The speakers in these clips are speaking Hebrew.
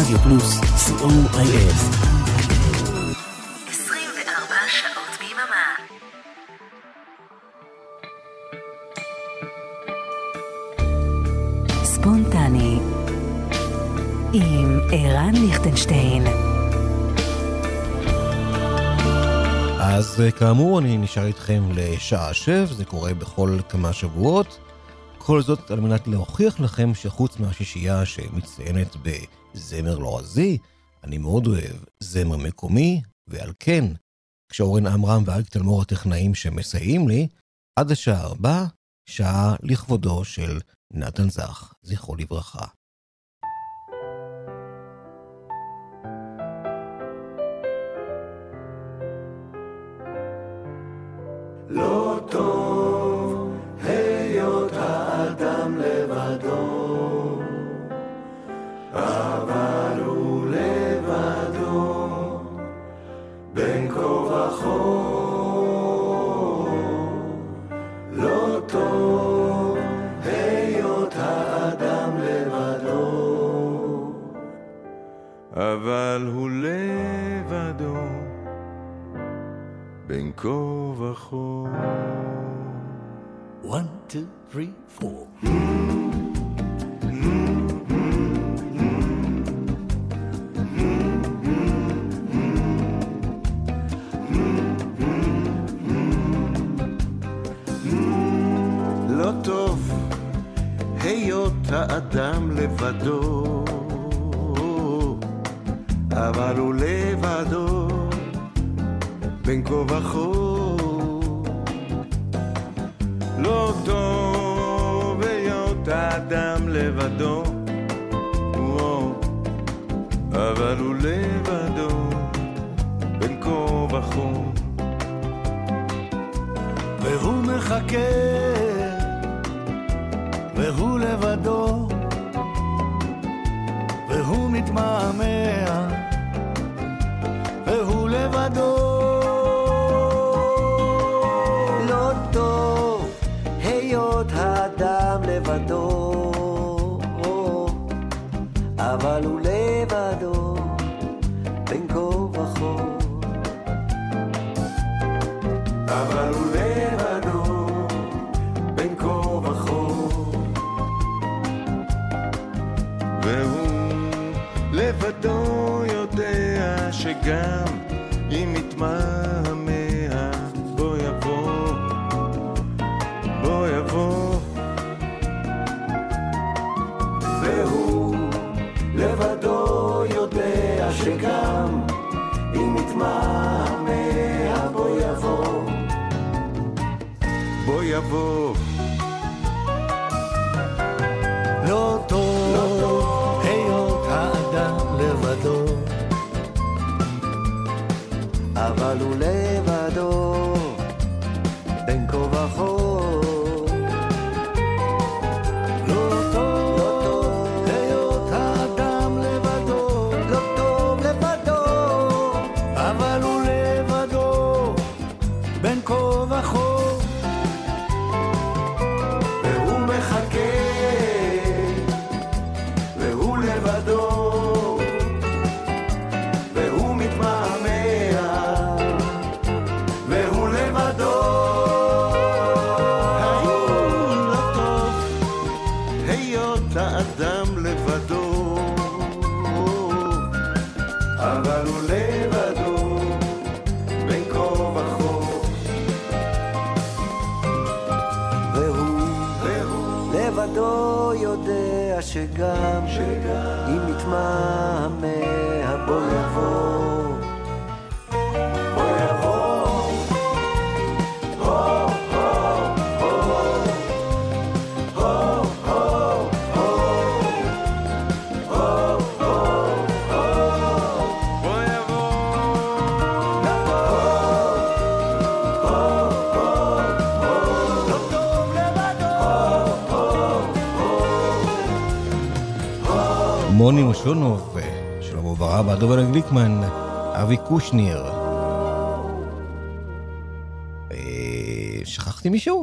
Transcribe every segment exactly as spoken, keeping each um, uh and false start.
רדיו פלוס, סי או איי אס. עשרים וארבע שעות ביממה. ספונטני עם ערן ליכטנשטיין. אז כאמור אני נשאר איתכם לשעה שב, זה קורה בכל כמה שבועות. כל זאת על מנת להוכיח לכם שחוץ מהשישייה שמצטיינת בזמר לועזי, אני מאוד אוהב זמר מקומי, ועל כן, כשאורן אמרם ואריק תלמור הטכנאים שמסייעים לי, עד השעה ארבע, שעה לכבודו של נתן זך, זכרו לברכה. לא טוב היות האדם לבדו, אבל הוא לבדו בין כה וכה. לא טוב היות האדם לבדו, אבל הוא לבדו בין כה וכה. One, two, three, four. לא טוב היות האדם לבדו, אבל הוא לבדו בין כה וכה. לא טוב היות האדם לבדו, אבל הוא לבדו בין כה וכה. והוא מחכה, והוא לבדו, והוא מתמהמה, והוא לבדו. לא טוב היות האדם לבדו, אבל הוא לבדו בין כה וכה. אבל הוא לבדו בין כה וכה. והוא לבדו יודע שגם אם יתמהמה בוא יבוא, בוא יבוא. והוא לבדו יודע שגם אם יתמהמה בוא יבוא, בוא יבוא. לא טוב היות האדם לבדו, אבל הוא לבדו בין כה וכה. לא טוב היות האדם לבדו, לא טוב לבדו, אבל הוא לבדו בין כה וכה. והוא מחכה, והוא לבדו, והוא מתמהמה, והוא לבדו. האם לא טוב היות האדם לבדו, אבל הוא לבדו בין כה וכה. והוא והוא לבדו יודע שגם אם יתמהמה בוא יבוא, בוא יבוא. הו, הו, הו. הו, הו, הו. הו, הו, הו. בוא יבוא. לא טוב לבדו, מוני מושונוב, שלמה ברבא, דובר גליקמן, אבי קושניר. שכחתי מישהו?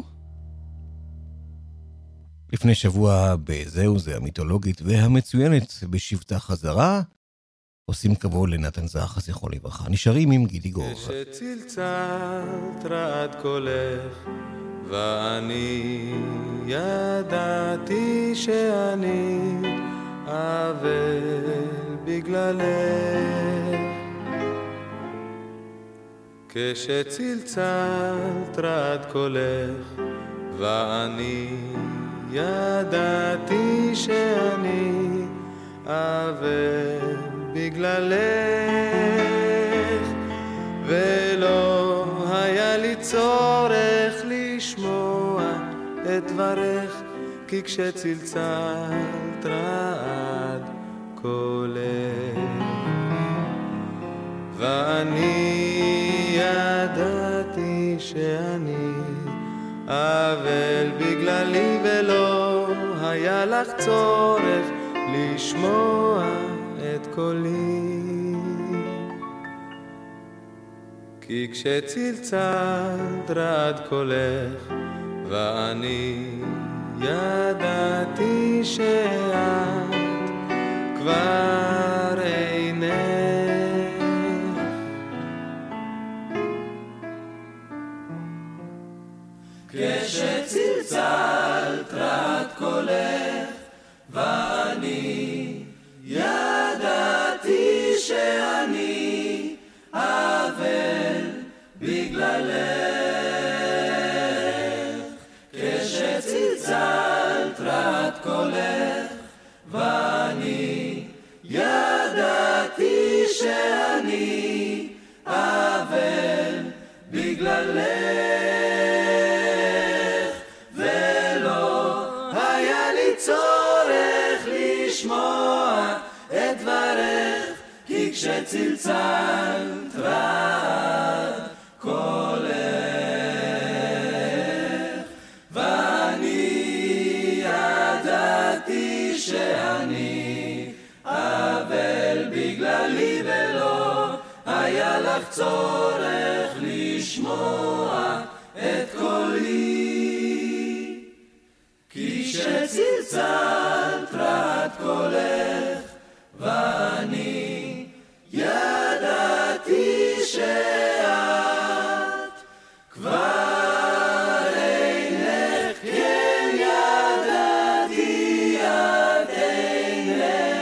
לפני שבוע בזהו זה המיתולוגית והמצוינת בשבטה חזרה, עושים כבוד לנתן זך, זכרו לברכה. נשארים עם גידי גוב. כשצלצלת רעד קולך, ואני ידעתי שאני אבל בגללך. כשצלצלת רעד קולך, ואני ידעתי שאני אבל בגללך, ולא היה לי צורך לשמוע את דברך, כי כשצלצלת רעד קולך, ואני ידעתי שאני אבל בגללי, ולא היה לך צורך לשמוע את קולי, כי כשצלצלת רעד קולך, ואני ידעתי שאת כבר אינך. כשצלצלת רעד קולך, ואני ידעתי שאני אבל בגללך. כשצלצלת רעד קולך, ואני ידעתי שאני אבל בגללך, ולא היה לי צורך לשמוע את דברך, כי כשצלצלת רעד קולך, ואני ידעתי שאני אבל בגללי, ולא היה לך צורך לשמוע את קולי, כי כשצלצלת רעד קולך, ואני ידעתי שאת כבר אינך, כן ידעתי את אינך.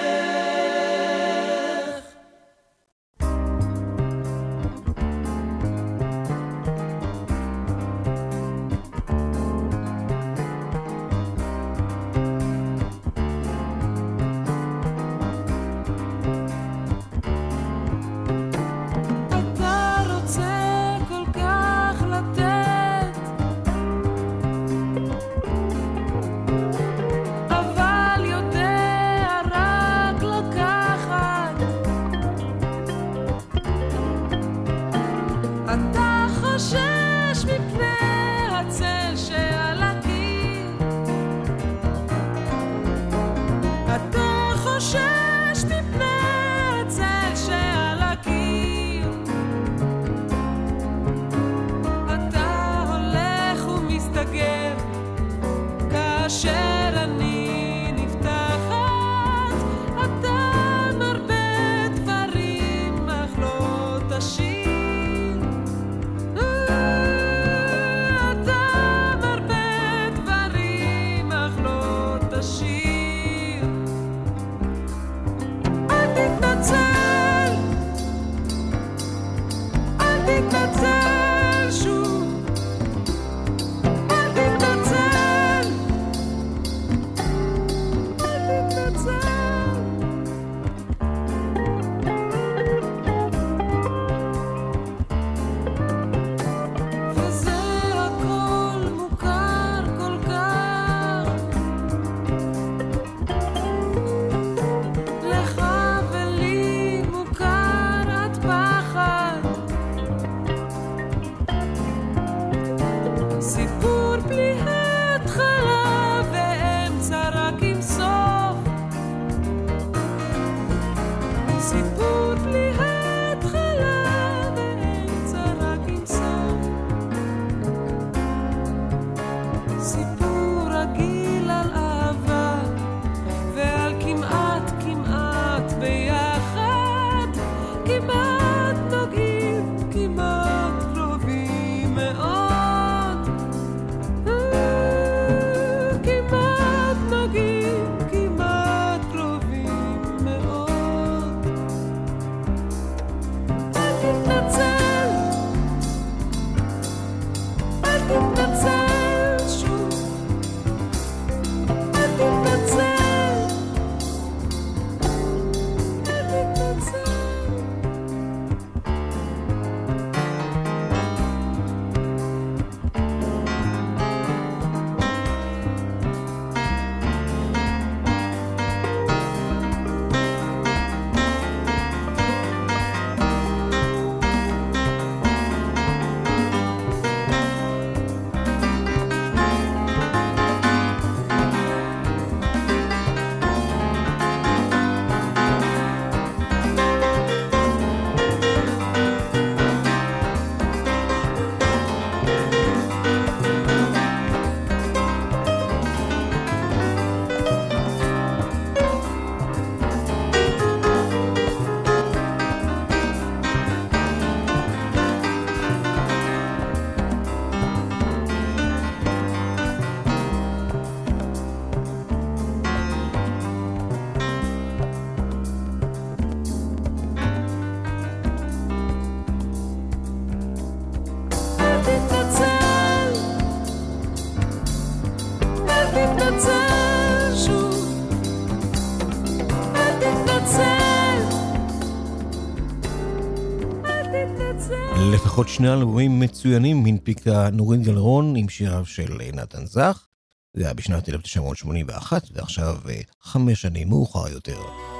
עוד שני אלבומים מצוינים הנפיקה נורית גלרון עם שיריו של נתן זך. זה היה בשנת אלף תשע מאות שמונים ואחת, ועכשיו חמש שנים מאוחר יותר.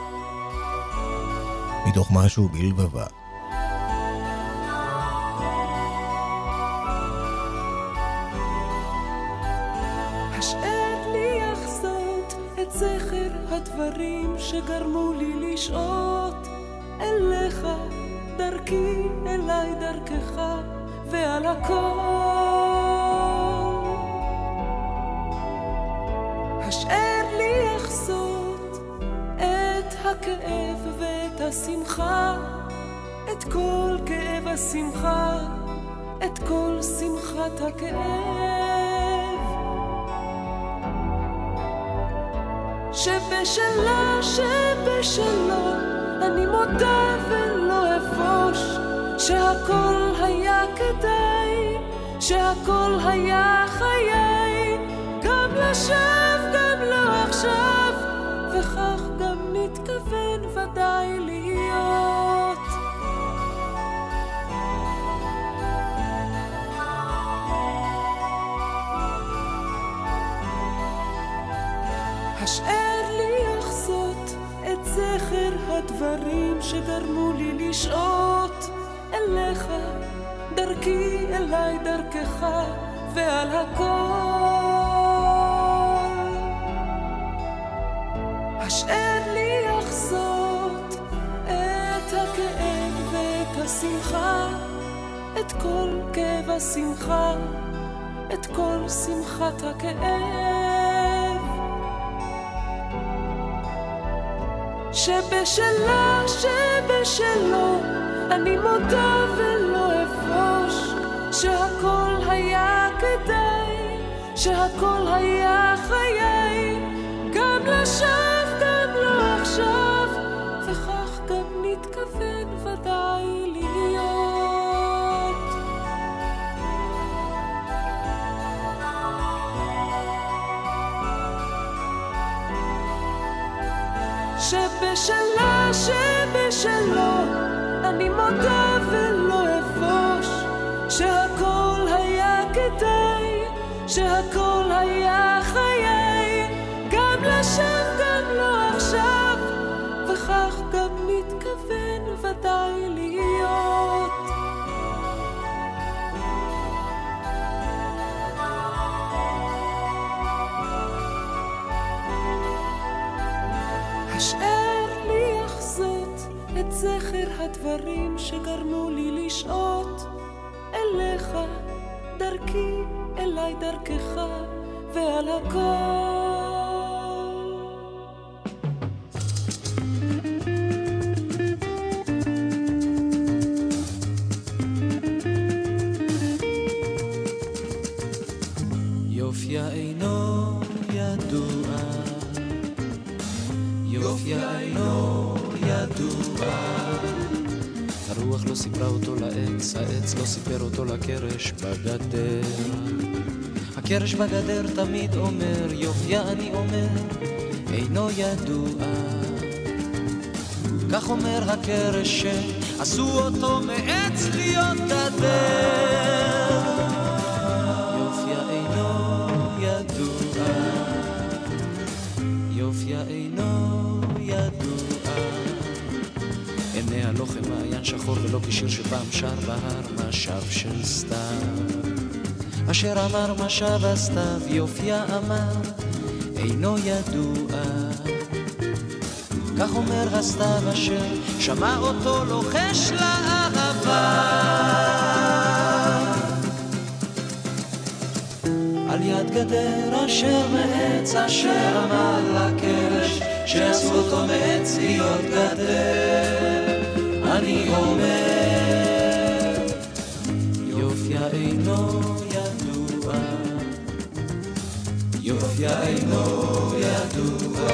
מתוך משהו בלבבה. השאר לי יחזות את זכר הדברים שגרמו לי לשעות אליך, דרכי אליי דרכך ועל הכל. השאר לי יחזות את הכאב ואת השמחה, את כל כאב השמחה, את כל שמחת הכאב, שבשלה שבשלו אני מודה ולא אפוש, שהכל היה כדאי, שהכל היה חיי, גם לשב גם לא עכשיו, וכך גם נתכוון ודאי להיות. השאר לי יחזות את זכר הדברים שגרמו לי לשעות אליך, דרכי אליי דרכך ועל הכל. השאר לי יחזות את הכאב ואת השמחה, את כל כאב השמחה, את כל שמחת הכאב, שבשלה שבשלו אני מודה ולא אפוש, שהכל היה כדאי, שהכל היה חיי, גם לשב גם לא עכשיו, וכך גם נתכוון ודאי להיות. שבשלה שבשלו אני מודה ולא אפוש, שהכל היה כדאי, שהכל היה חיי, גם לשב גם לא עכשיו, וכך גם נתכוון ודאי להיות. השאר לי יחזות את זכר הדברים שגרמו לי לשעות אליך, דרכי אליי דרכך ועל הכל. יופיה אינו ידוע, יופיה אינו ידוע, הרוח לא סיפרה אותו לעץ, העץ לא סיפר אותו לקרש בגדר, הקרש בגדר תמיד אומר יופיה, אני אומר אינו ידוע, כך אומר הקרש שעשו אותו מעץ להיות גדר. יופיה אינו ידוע, יופיה אינו ידוע, עיניה לא כמעיין שחור ולא כשיר שפעם שר בהר משב של סתיו, אשר אמר משב הסתיו, יופיה אמר אינו ידוע, כך אומר הסתיו אשר שמע אותו לוחש לאהבה. על יד גדר אשר מעץ, אשר אמר לקרש שעשו אותו מעץ להיות גדר, אני אומר יופיה אינו ידוע, יופיה אינו ידוע,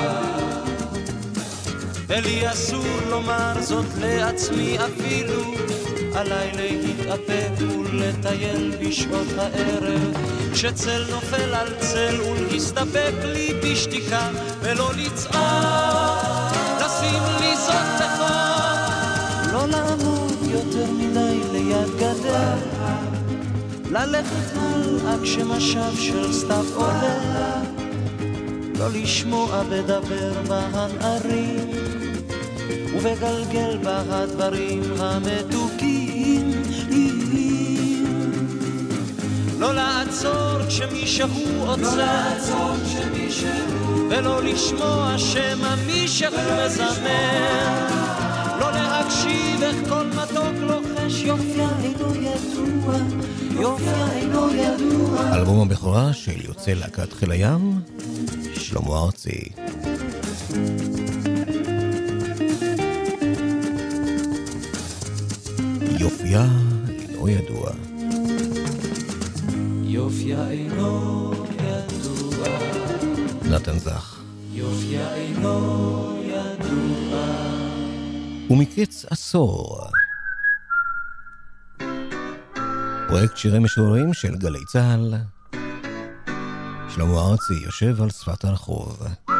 ולי אסור לומר זאת לעצמי אפילו, עליי להתאפק ולטייל בשעות הערב, שצל נופל על צל ולהסתפק לי בשתיקה ולא לצעוק, לשים לי זאת בכל, לא לעמוד יותר מדי ליד גדר, ללכת הלאה כשמשב של סתיו עולה, לא לשמוע בדבר בהנערים ובגלגל בהדברים המתוקים, לא לעצור כשמישהו עוצר, ולא לשמוע שמא מישהו מזמר, לא להקשיב איך כל מתוק לוחש יופיה אינו ידוע, יופיה אינו ידוע. אלבום הבכורה של יוצא להקת חיל הים, שלמה ארצי. יופיה אינו ידוע. יופיה אינו ידוע. נתן זך. יופיה אינו ידוע. ומקץ עשור. פרויקט שירי משוררים של גלי צהל. שלמה ארצי יושב על שפת הרחוב.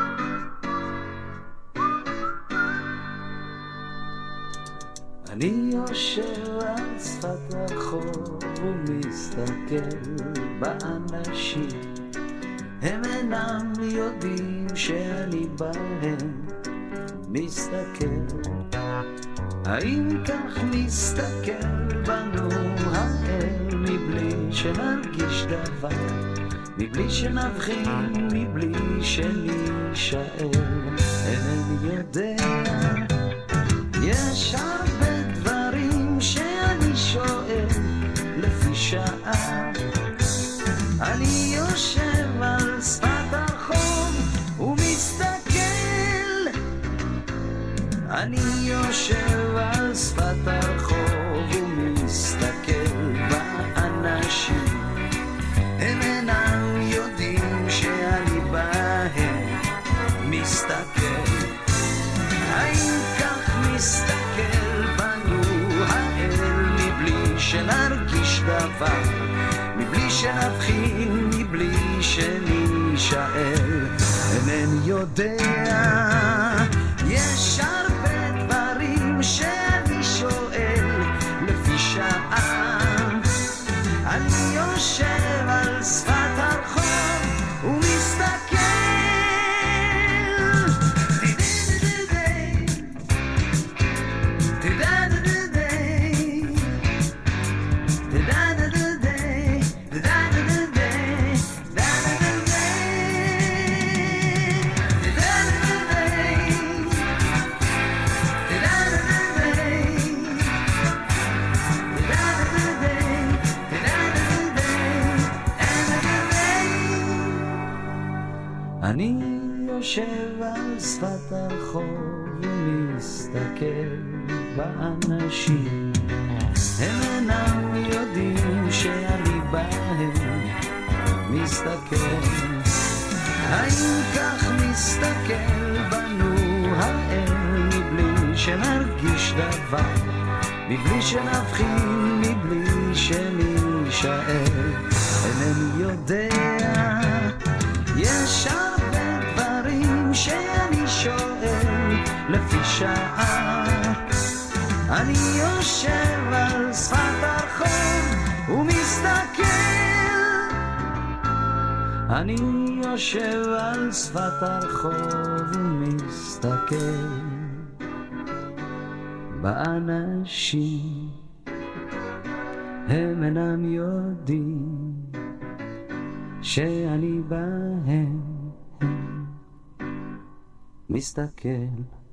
אני יושב על שפת הרחוב ומסתכל באנשים, הם אינם יודעים שאני בהם מסתכל. האם כך מסתכל בנו האל מבלי שנרגיש דבר, מבלי שנבחין, מבלי שנישאל? אינני יודע, יש הרבה דברים שאני שואל לפי שעה. אני יושב על שפת הרחוב ומסתכל, אני יושב על שפת הרחוב ומסתכל באנשים, הם אינם יודעים שאני בהם מסתכל. האם כך מסתכל בנו האל מבלי שנרגיש דבר, מבלי שנבחין, מבלי שנישאל? אינני יודע, יש הרבה דברים שאני שואל לפי שעה. אני יושב על שפת הרחוב ומסתכל. אני יושב על שפת הרחוב ומסתכל באנשים, הם אינם יודעים שאני בהם מסתכל. האם כך מסתכל בנו האל מבלי שנרגיש דבר, מבלי שנבחין, מבלי שנישאל? אינני יודע, יש הרבה דברים שאני שואל לפי שעה. אני יושב על שפת הרחוב ומסתכל, אני יושב על שפת הרחוב ומסתכל באנשים, הם אינם יודעים שאני בהם מסתכל.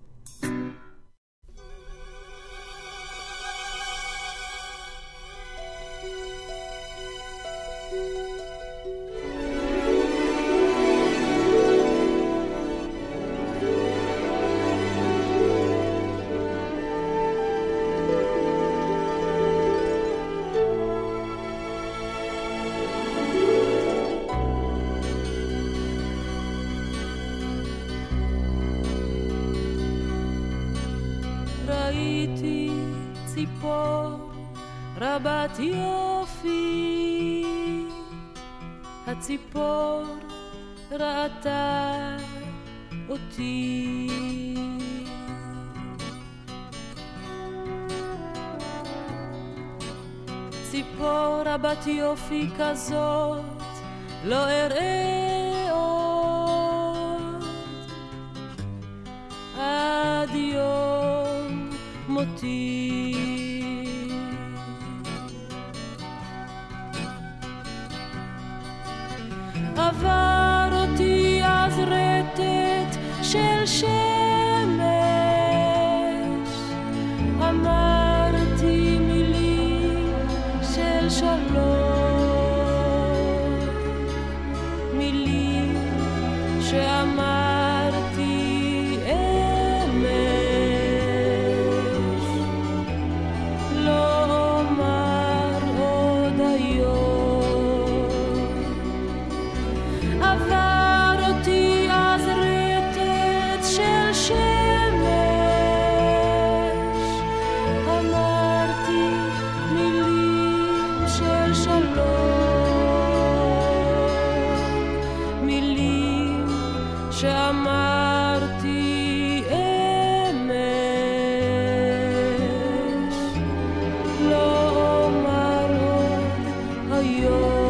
רבת יופי, הציפור ראתה אותי. ציפורה בת יופי כזאת לא אראה עוד עד יום מותי. עבר אותי אז רטט של שמש, אמרתי מילים של שלום, מילים שאמרתי אמש, לא אומר עוד היום. עבר אותי אז רטט של שמש, אמרתי מילים של שלום, מילים שאמרתי אמש, לא אומר עוד היום.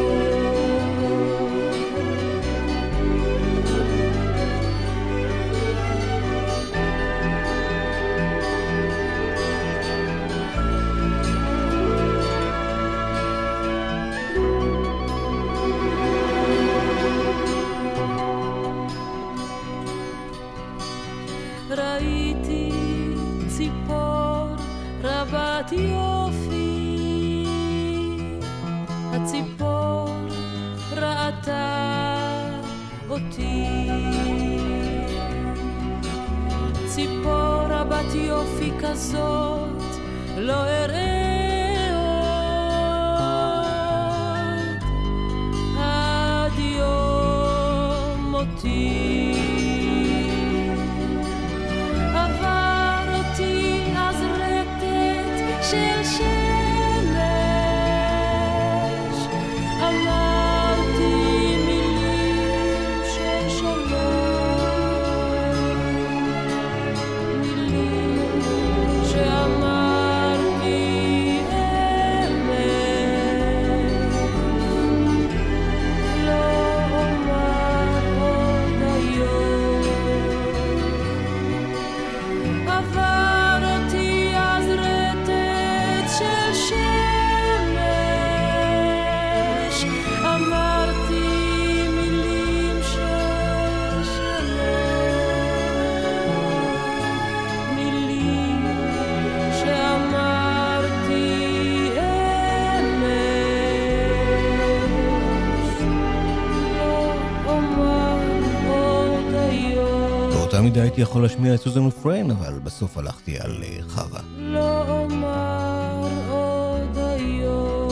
ראיתי ציפור רבת יופי, הציפור ראתה אותי, ציפור רבת יופי כזאת לא אראה עוד עד יום מותי. עבר אותי אז רטט של שמש, אמרתי מילים של שלום, מילים שאמרתי אמש, לא אומר עוד היום. עבר אותי אז רטט של שמש, אמרתי מילים של שלום, מילים שאמרתי אמש, לא אומר עוד היום. באותה מידה הייתי יכול להשמיע את סוזן ופריין, אבל בסוף הלכתי על אה, חווה. לא אומר עוד היום.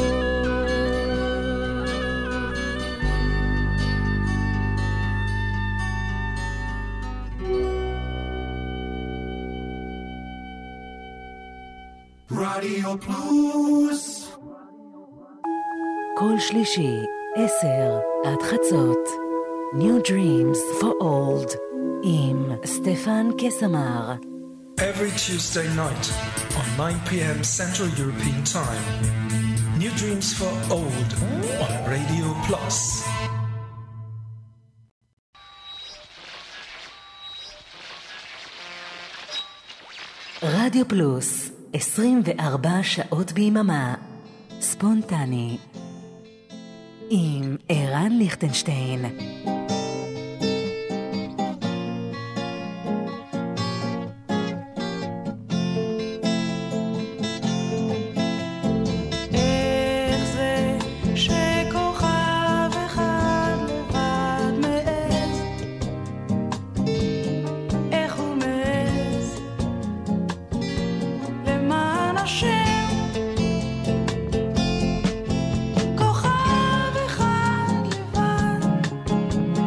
רדיו פלוס. כל שלישי, עשר עד חצות. New Dreams for Old עם סטפן קסמר. Every Tuesday night on nine p.m. Central European Time. New Dreams for Old on Radio Plus. רדיו פלוס, עשרים וארבע שעות ביממה. ספונטני עם ערן ליכטנשטיין. כוכב אחד לבד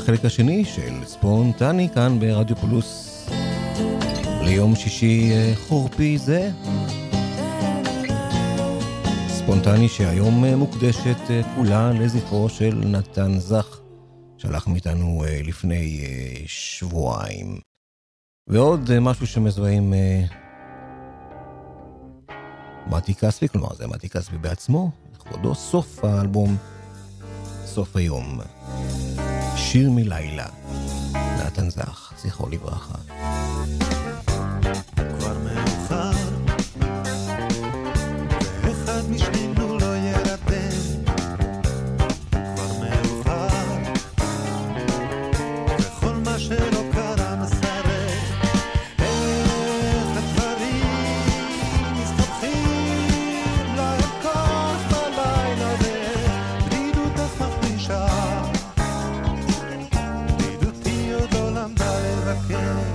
החלק השני של ספונטני כאן ברדיו פלוס ליום שישי חורפי זה. ספונטני שהיום מוקדשת כולה לזכרו של נתן זך, שהלך מאיתנו לפני שבועיים. ועוד משהו שמזוהה עם מתי כספי, כלומר זה מתי כספי בעצמו, לכבודו סוף האלבום סוף היום, שיר מלילה, נתן זך, זכרו לברכה. כבר מאוחר ואחד משנינו לא ירדם, כבר מאוחר וכל מה שלא קרה מסרב, איך הדברים מסתבכים להם כוח בלילה ובדידותך מחלישה, בדידותי עוד לא למדה לבקש.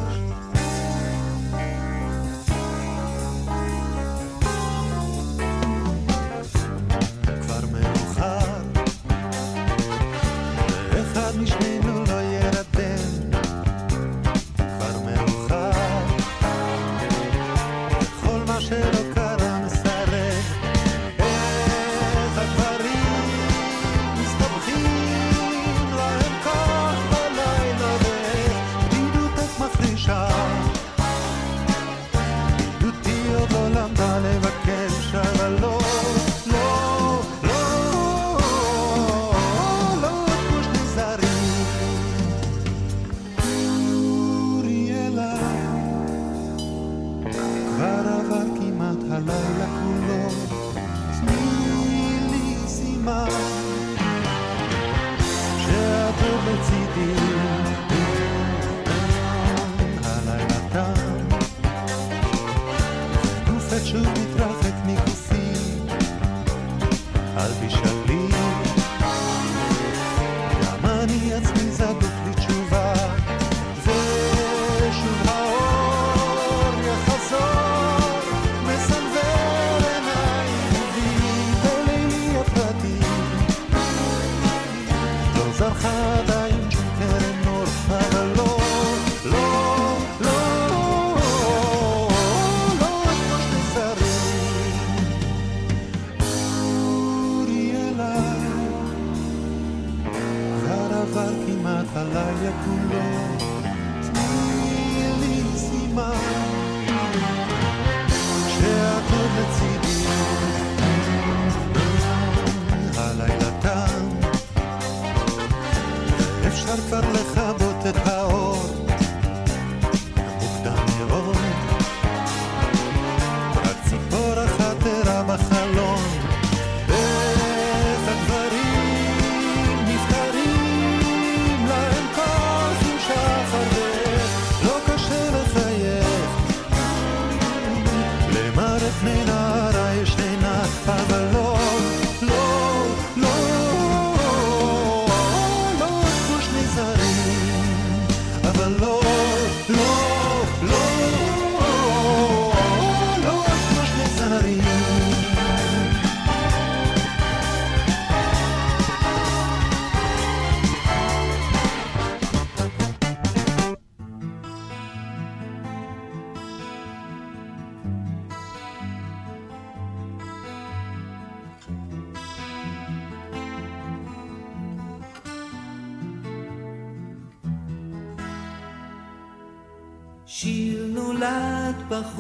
שיר נולד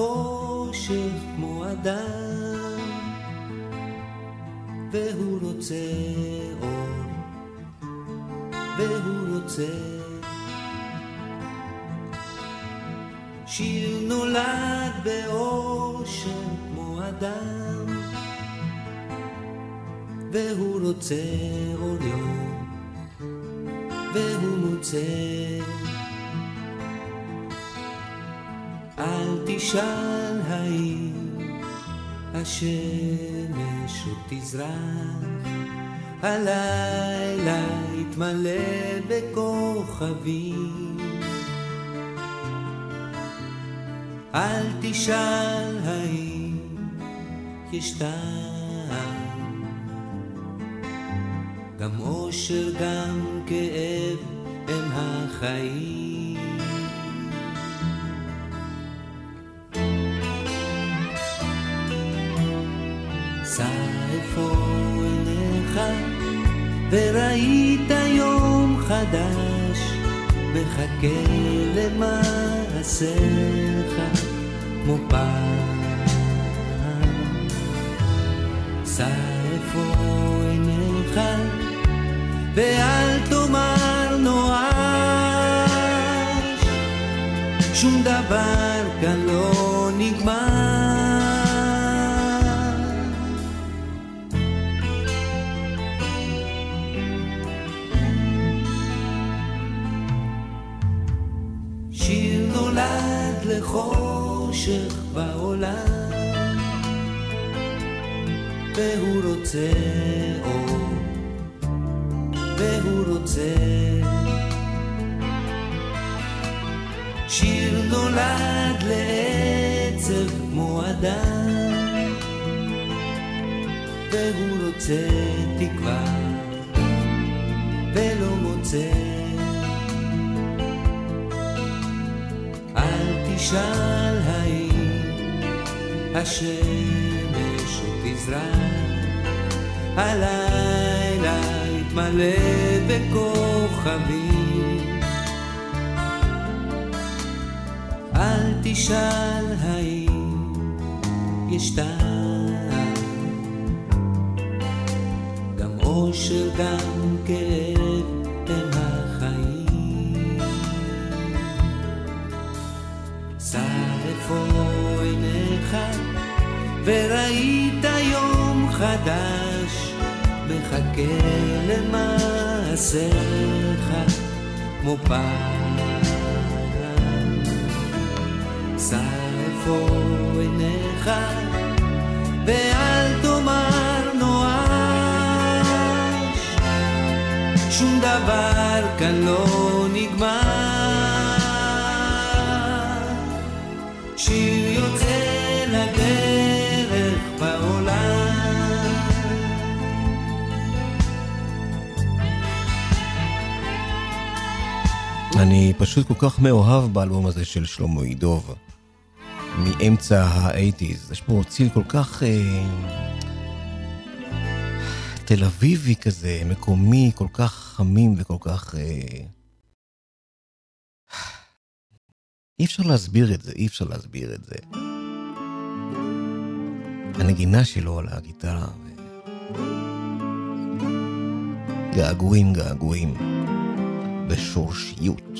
בחושך כמו אדם, והוא רוצה אור, והוא רוצה. שיר נולד באושר כמו אדם, והוא רוצה אור יום, והוא מוצא. אל תשאל האם השמש עוד תזרח, הלילה יתמלא בכוכבים. אל תשאל האם יש טעם, גם אושר גם כאב הם החיים. סע אפוא עיניך וראית יום חדש, מחכה למעשיך כמו פעם. סע אפוא עיניך ואל תאמר נואש, שום דבר כאן לא נגמר. שיר נולד לחושך בעולם, והוא רוצה אור, והוא רוצה. שיר נולד לעצב כמו אדם, והוא רוצה תקווה ולא מוצא. אל תשאל האם השמש עוד תזרח, הלילה יתמלא בכוכבים. אל תשאל האם יש טעם, גם אושר גם כאב הם החיים. סע אפוא עיניך וראית יום חדש, מחכה למעשיך כמו פעם. סע אפוא עיניך ואל תאמר נואש, שום דבר כאן לא נגמר. שיר יוצא לדרך בעולם, אני פשוט כל כך מאוהב באלבום הזה של שלמה ידוב מאמצע ה-שמונים. יש פה ציל כל כך אה, תל אביבי כזה, מקומי, כל כך חמים וכל כך אה... אי אפשר להסביר את זה, אי אפשר להסביר את זה. הנגינה שלו על הגיטרה ו... געגועים געגועים בשורשיות.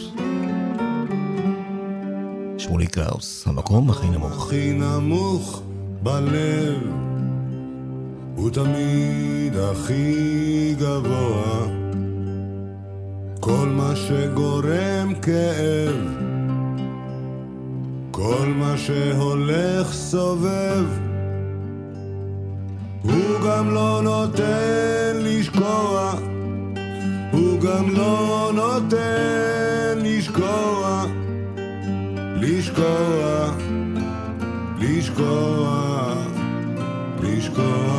שמולי קראוס, המקום הכי נמוך. הכי נמוך בלב הוא תמיד הכי גבוה, כל מה שגורם כאב, כל מה שהולך סובב, הוא גם לא נותן לשקוע, הוא גם לא נותן לשקוע, לשקוע, לשקוע, לשקוע.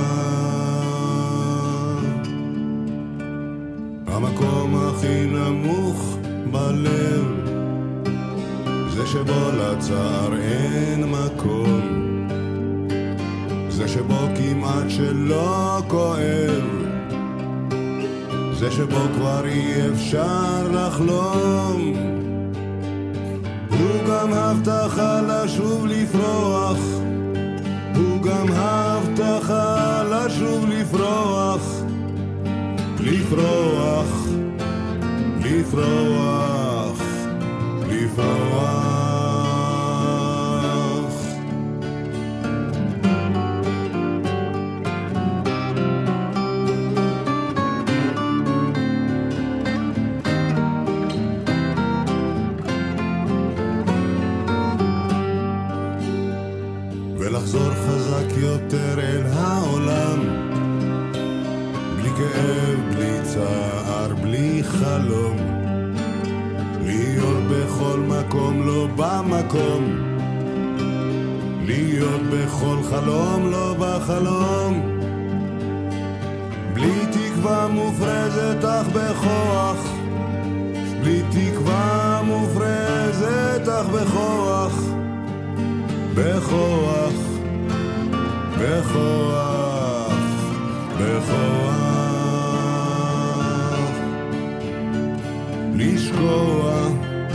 המקום הכי נמוך בלב, זה שבו לצער אין מקום, זה שבו כמעט שלא כואב, זה שבו כבר אי אפשר לחלום, הוא גם הבטחה לשוב לפרוח, הוא גם הבטחה לשוב לפרוח, לפרוח, לפרוח, לפרוח. ולחזור חזק יותר אל העולם, בלי כאב, בלי צער, בלי חלום, להיות בכל מקום לא במקום, להיות בכל חלום לא בחלום, בלי תקווה מופרזת אך בכוח, בלי תקווה מופרזת אך בכוח, בכוח, בכוח, בכוח לשקוע,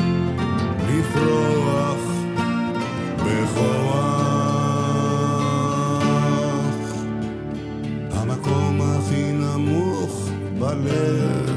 לפרוח, בכוח המקום הכי נמוך בלב.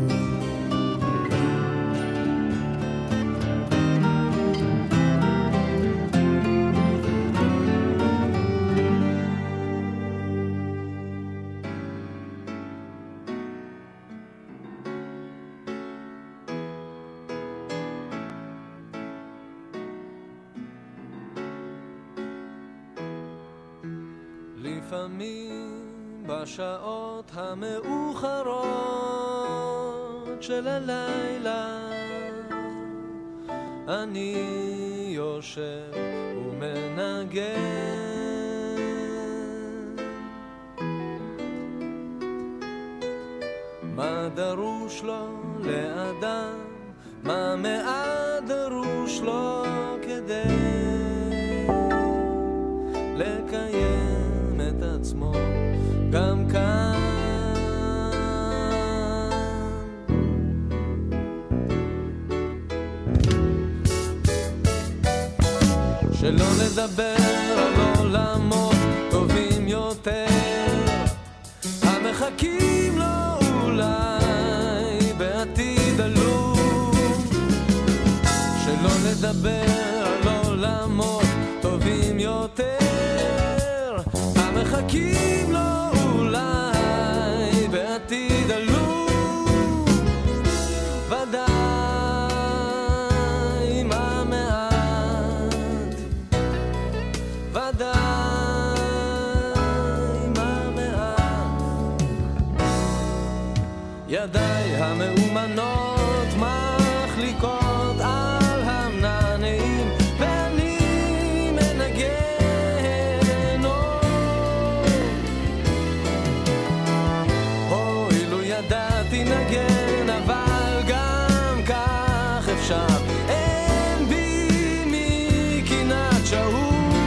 לפעמים בשעות המאוחרות של הלילה אני יושב ומנגן, מה דרוש לו לאדם, מה מעט דרוש לו כדי לקיים את עצמו גם כאן. שלא לדבר על עולמות טובים יותר המחכים לו אולי בעתיד עלום. שלא לדבר על עולמות טובים יותר המחכים לו אולי בעתיד עלום. ודאי מה מעט, ודאי מה מעט, ידיי המאומנות מחליקות על המנענעים ואני מנגן. אוי לו ידעתי נגן, אבל גם כך אפשר, אין בי מקינת שאול.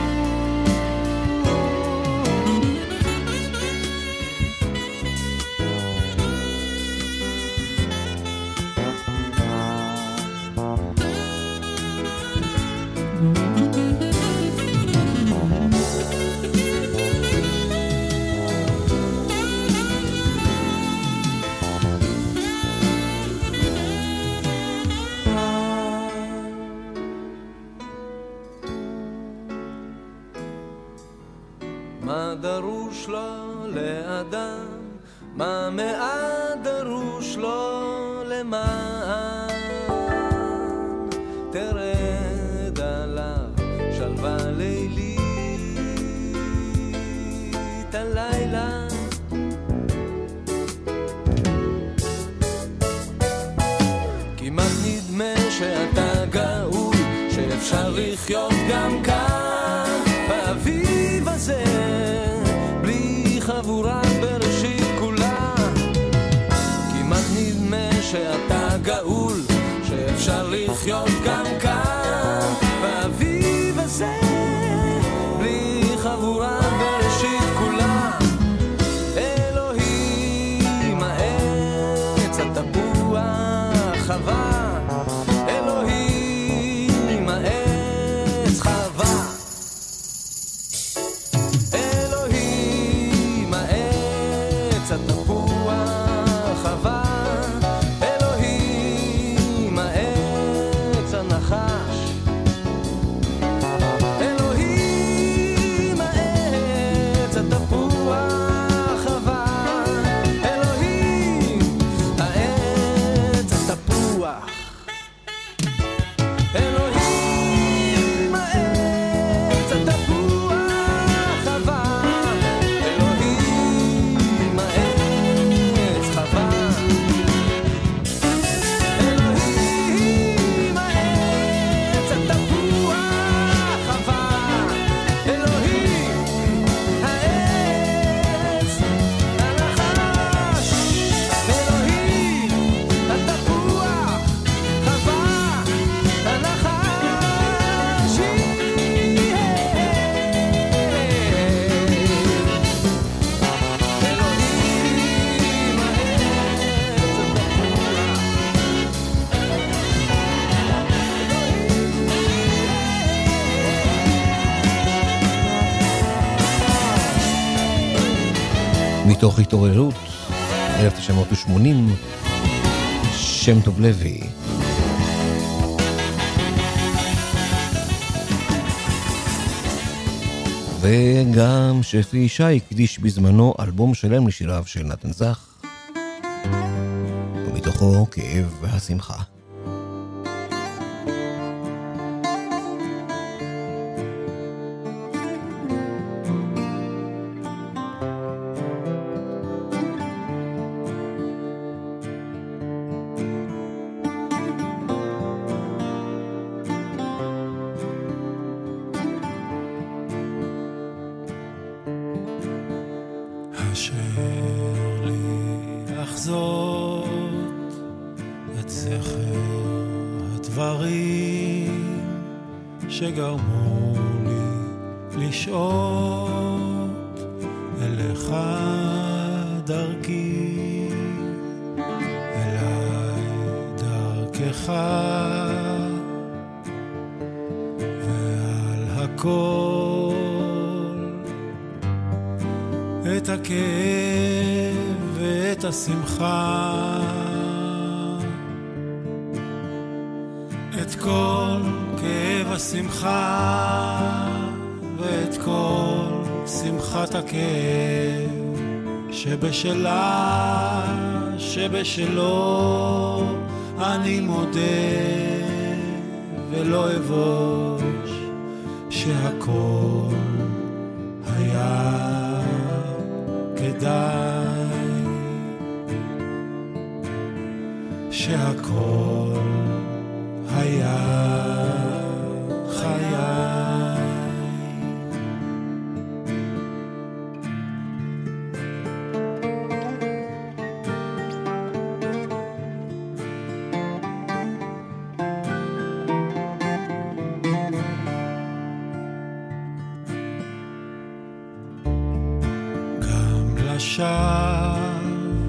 מה דרוש לו לאדם, מה מעט דרוש לו למען תרד עליו שלווה לילית הלילה. כמעט נדמה שאתה גאול, שאפשר לחיות גם כאן באביב הזה בלי חבורת בראשית כולה. כמעט נדמה שאתה גאול, שאפשר לחיות גם כאן באביב הזה בלי חבורת בראשית כולה. אלוהים העץ התפוח חווה, אלוהים העץ חווה, אלוהים העץ התפוח חווה, אלוהים העץ הנחה. מתוך התעוררות, אלף תשע מאות ושמונים, שם טוב לוי. וגם שפי ישי הקדיש בזמנו אלבום שלם לשיריו של נתן זך, ומתוכו כאב והשמחה. שגרמו לי לשעות אליך דרכי, אליי דרכך, ועל הכל את הכאב ואת השמחה, את כל כאב השמחה ואת כל שמחת הכאב שבשלה שבשלו אני מודה ולא אבוש שהכל היה כדאי, שהכל היה חיי. גם לשווא,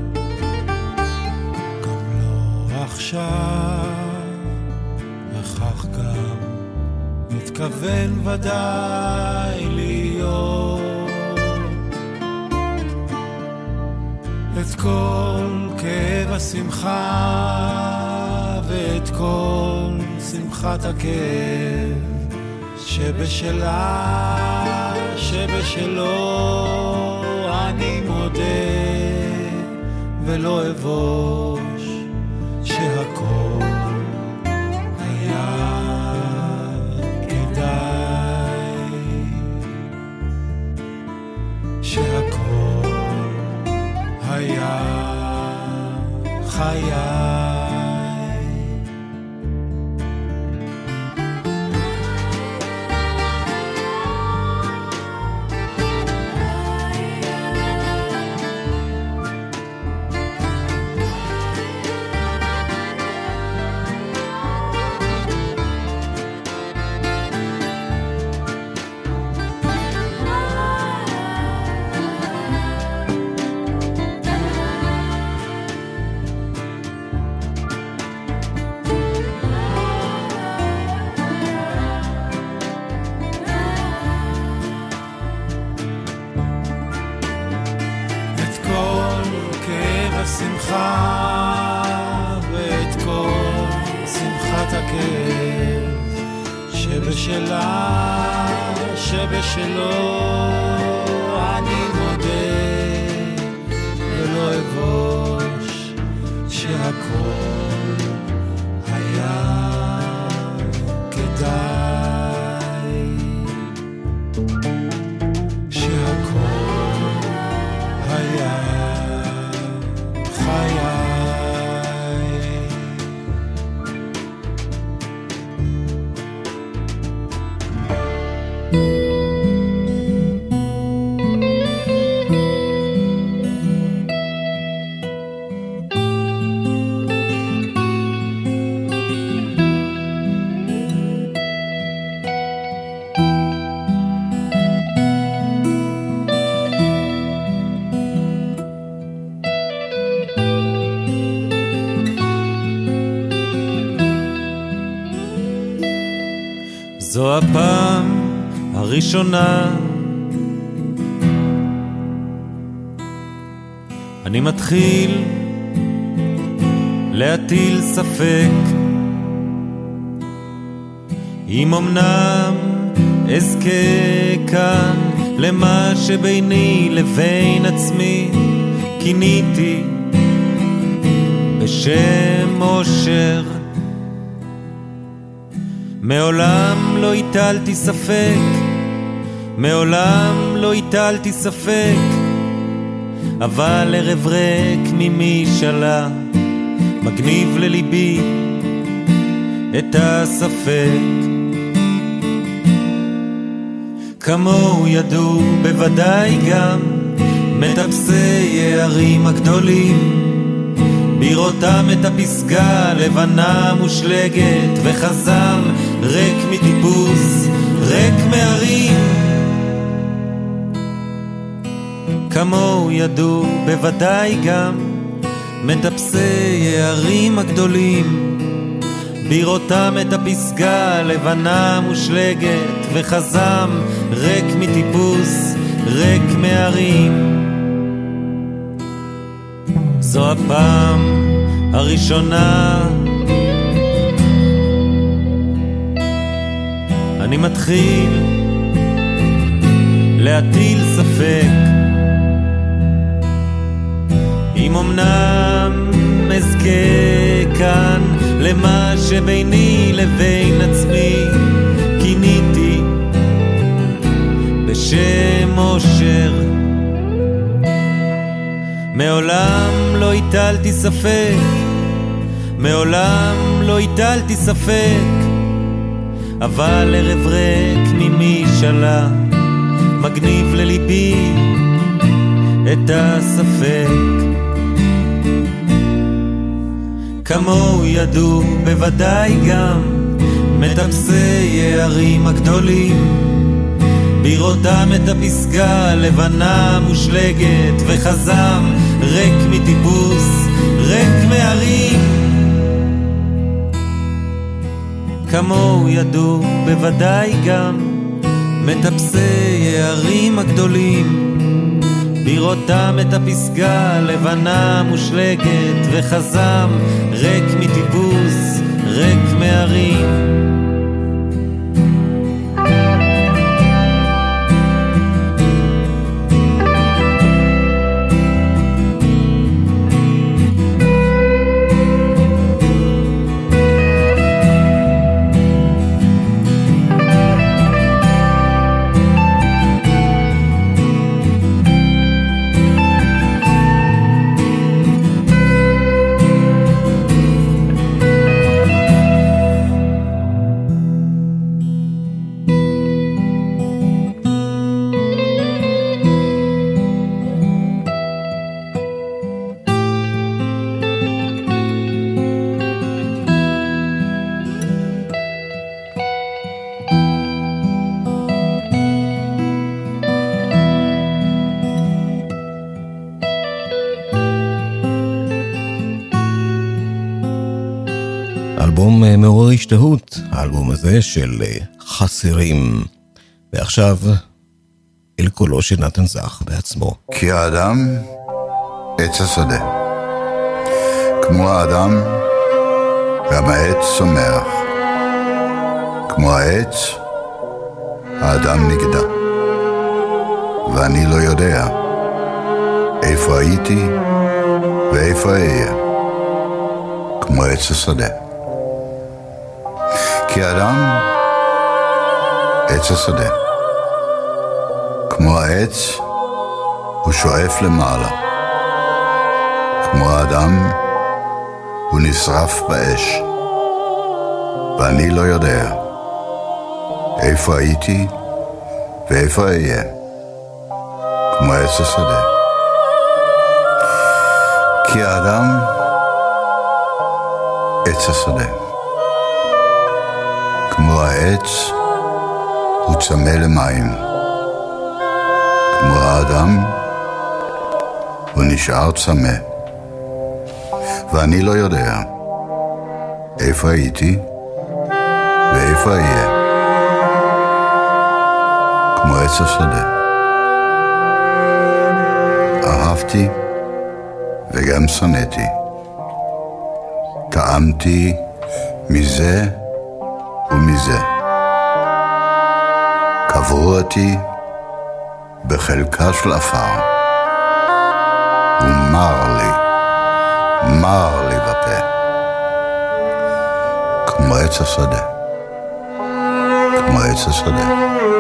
גם לא עכשיו, וכך גם מתכוון ודאי להיות. את כל כאב השמחה ואת כל שמחת הכאב שבשלה שבשלו אני מודה ולא אבוש שהכל היה כדאי, שהכל היה חיי. ואת כל שמחת הכאב שבשלה שבשלו אני מודה ולא אבוש שהכל היה כדאי, שהכל היה חיי. זו הפעם הראשונה אני מתחיל להטיל ספק אם אמנם אזכה כאן למה שביני לבין עצמי כיניתי בשם אושר. מעולם לא הטלתי ספק, מעולם לא הטלתי ספק, אבל ערב ריק ממשאלה מגניב לליבי את הספק. כמוהו ידעו בוודאי גם מטפסי הערים הגדולים, בראותם את הפסגה לבנה מושלגת וחזם ריק מטיפוס, ריק מערים. כמוהו ידעו בוודאי גם מטפסי הערים הגדולים, בראותם את הפסגה לבנה מושלגת וחזם ריק מטיפוס, ריק מערים. זו הפעם הראשונה אני מתחיל להטיל ספק אם אמנם אזכה כאן למה שביני לבין עצמי כיניתי בשם אושר. מעולם לא הטלתי ספק, מעולם לא הטלתי ספק, אבל ערב ריק ממשאלה מגניב לליבי את הספק. כמוהו ידעו בוודאי גם מטפסי הערים הגדולים, בראותם את הפסגה לבנה מושלגת וחזם ריק מטיפוס, ריק מערים. כמוהו ידעו בוודאי גם מטפסי הערים הגדולים, בראותם את הפסגה לבנה מושלגת וחזם ריק מטיפוס, ריק מערים. אלבום מעורר השתהות, האלבום הזה של חסרים. ועכשיו אל קולו של נתן זך בעצמו. כי האדם עץ השדה, כמו האדם גם העץ צומח, כמו העץ האדם נגדע, ואני לא יודע איפה הייתי ואיפה אהיה, כמו עץ השדה. כי האדם עץ השדה, כמו העץ הוא שואף למעלה, כמו האדם הוא נשרף באש, ואני לא יודע איפה הייתי ואיפה אהיה, כמו עץ השדה. כי האדם עץ השדה, כמו העץ הוא צמא למים, כמו האדם הוא נשאר צמא, ואני לא יודע איפה הייתי ואיפה אהיה, כמו עץ השדה. אהבתי פעם שנאתי. טעמתי מזה ומזה. קברו אותי בחלקה של אפר. ומר לי, מר לי בפה. כמו עץ השדה. כמו עץ השדה.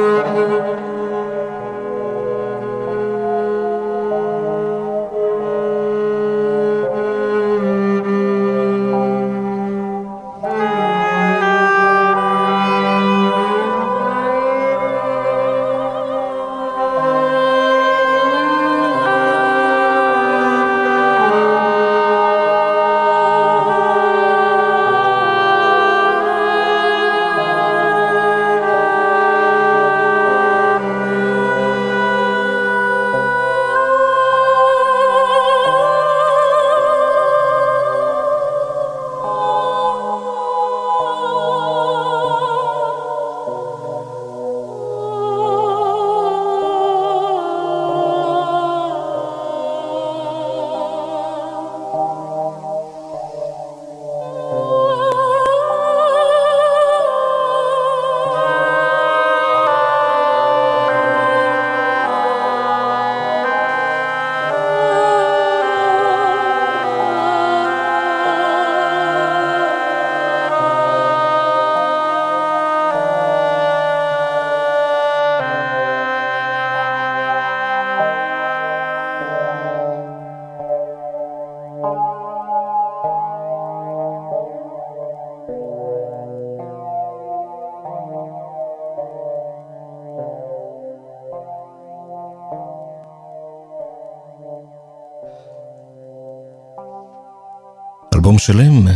אלבום שלם.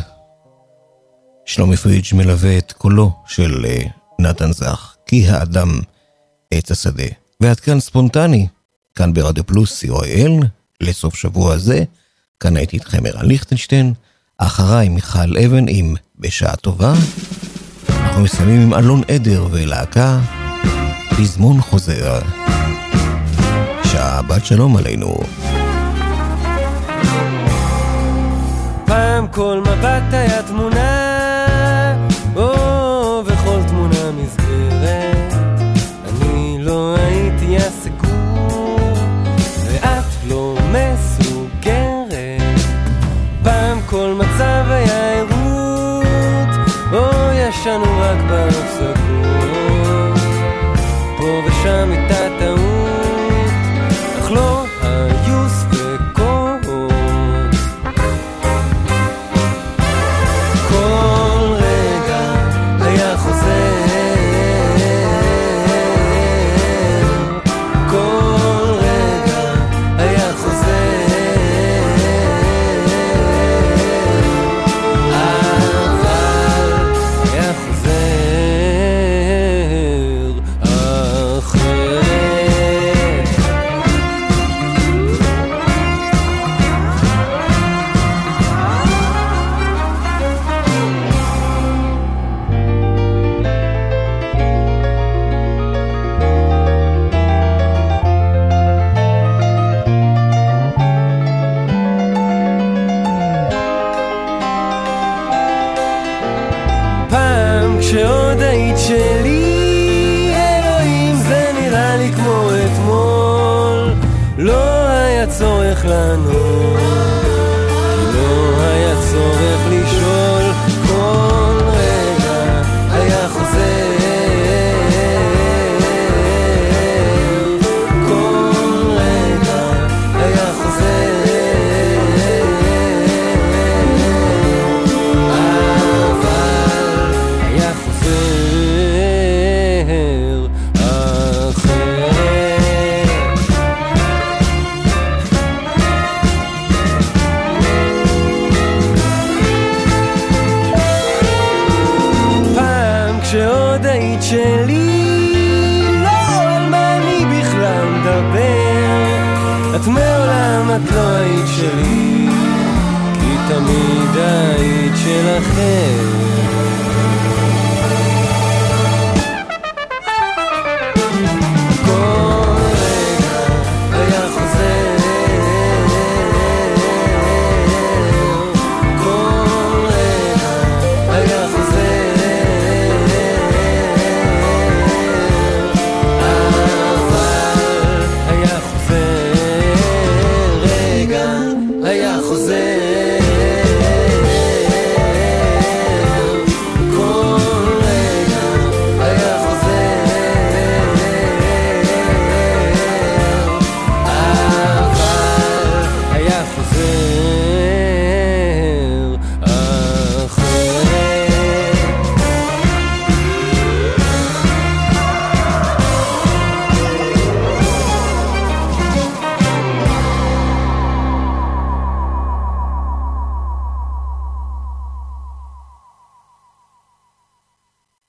שלומי פריג' מלווה את קולו של נתן זך, כי האדם עץ השדה. ועד כאן ספונטני, כאן ברדיו פלוס סי או איי אל, לסוף שבוע הזה. כאן הייתי איתכם ערן ליכטנשטיין, אחריי מיכל אבן עם בשעה טובה. אנחנו מסיימים עם אלון עדר ולהקה פזמון חוזר. שבת שלום עלינו. פעם כל מבט היה תמונה, או וכל תמונה מסגרת. אני לא הייתי הסגור, ואת לא מסוגרת. פעם כל מצב היה עירות, או ישנו רק בהפסקות. פה ושם הייתה טעות, אך לא היו ספקות. כל רגע היה חוזר, כל רגע היה חוזר, אבל היה חוזר אחרת. פעם כשעוד היית שלי, אלוהים זה נראה לי כמו אתמול. לא היה צורך לענות, כי לא היה צורך לשאול. כל רגע היה חוזר, כל רגע היה חוזר, אבל היה חוזר אחרת. פעם כשעוד היית שלי, לא על מה אני בכלל מדבר. את מעולם את לא היית שלי, כי תמיד היית של אחר.